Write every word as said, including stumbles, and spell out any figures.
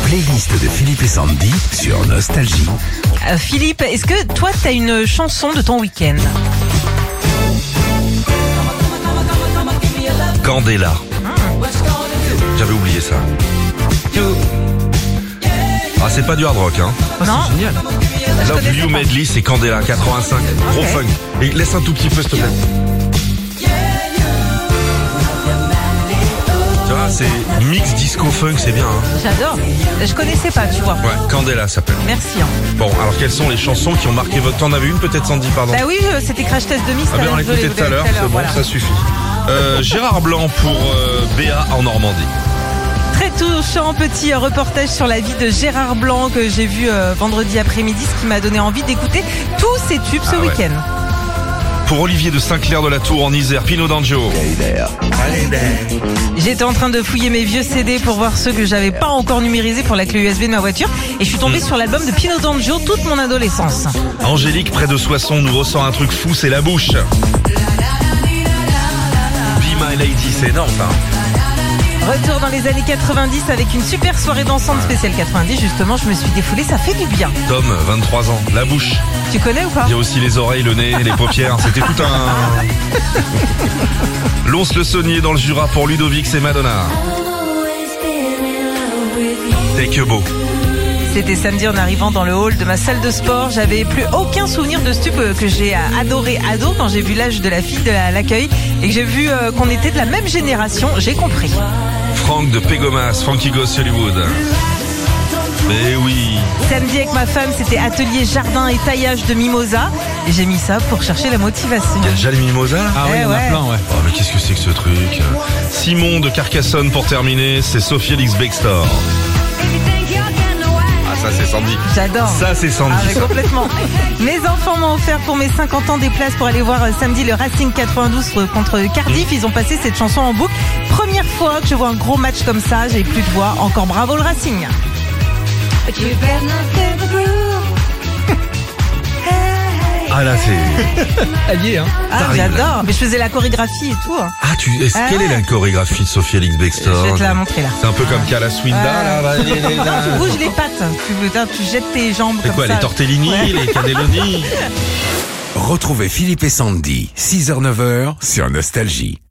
playlist de Philippe et Sandy sur Nostalgie. Euh, Philippe, est-ce que toi, t'as une chanson de ton week-end? Candela. J'avais oublié ça. Ah, c'est pas du hard rock, hein. Non. C'est génial. Je Love connaissais You pas. Medley, c'est Candela, quatre-vingt-cinq. Gros Ok. funk. Et laisse un tout petit peu, s'il te plaît. Tu vois, c'est mix disco funk, c'est bien, hein. J'adore. Je connaissais pas, tu vois. Ouais, Candela s'appelle. Merci. Hein. Bon, alors quelles sont les chansons qui ont marqué votre... T'en avais une peut-être, Sandy, pardon? Bah oui, euh, c'était Crash Test de Miss. Ah ben on l'écoutait tout à l'heure, c'est bon, voilà. ça suffit. Euh, Gérard Blanc pour euh, Béa en Normandie. Très touchant petit euh, reportage sur la vie de Gérard Blanc que j'ai vu euh, vendredi après-midi, ce qui m'a donné envie d'écouter tous ces tubes ce Ah ouais. week-end. Pour Olivier de Saint-Clair de la Tour en Isère, Pino D'Angio. J'étais en train de fouiller mes vieux C D pour voir ceux que j'avais pas encore numérisés pour la clé U S B de ma voiture et je suis tombée sur l'album de Pino D'Angio toute mon adolescence. Angélique, près de Soissons, nous ressent un truc fou, c'est la bouche. Be My Lady, c'est énorme ça. Retour dans les années quatre-vingt-dix avec une super soirée dansante spéciale quatre-vingt-dix. Justement, je me suis défoulée, ça fait du bien. Tom, vingt-trois ans, la bouche. Tu connais ou pas? Il y a aussi les oreilles, le nez, les paupières, c'était tout un... Lons-le-Saunier dans le Jura pour Ludovic, c'est Madonna. T'es que beau. C'était samedi en arrivant dans le hall de ma salle de sport. J'avais plus aucun souvenir de ce tube que j'ai adoré ado quand j'ai vu l'âge de la fille de la- l'accueil et que j'ai vu euh, qu'on était de la même génération. J'ai compris. Franck de Pégomas, Frankie Goes Hollywood. Mais oui. Samedi avec ma femme, c'était atelier jardin et taillage de mimosa. Et j'ai mis ça pour chercher la motivation. Il y a déjà les mimosas là? Ah oui, Eh il y en a ouais. plein, ouais. Oh mais qu'est-ce que c'est que ce truc? Simon de Carcassonne pour terminer, c'est Sophie Elix Bextor. Ah ça c'est Sandy. J'adore. Ça c'est Sandy. Ah, mais ça. complètement. Mes enfants m'ont offert pour mes cinquante ans des places pour aller voir euh, samedi le Racing quatre-vingt-douze contre Cardiff. Ils ont passé cette chanson en boucle. Première fois que je vois un gros match comme ça, j'ai plus de voix. Encore bravo le Racing. Ah là c'est... Allié, hein. Ah, T'arrives, j'adore. Mais je faisais la chorégraphie et tout. hein. Ah tu... Est-ce... Ah Quelle ouais. est la chorégraphie de Sophie Elix Bextor? Je vais te la montrer là. C'est un peu comme Kala Swinda Ouais. là. Tu bouges les pattes. Tu, veux- tu jettes tes jambes C'est comme quoi, ça. les tortellini, Ouais. les cannelloni? Retrouvez Philippe et Sandy, six heures neuf heures sur Nostalgie.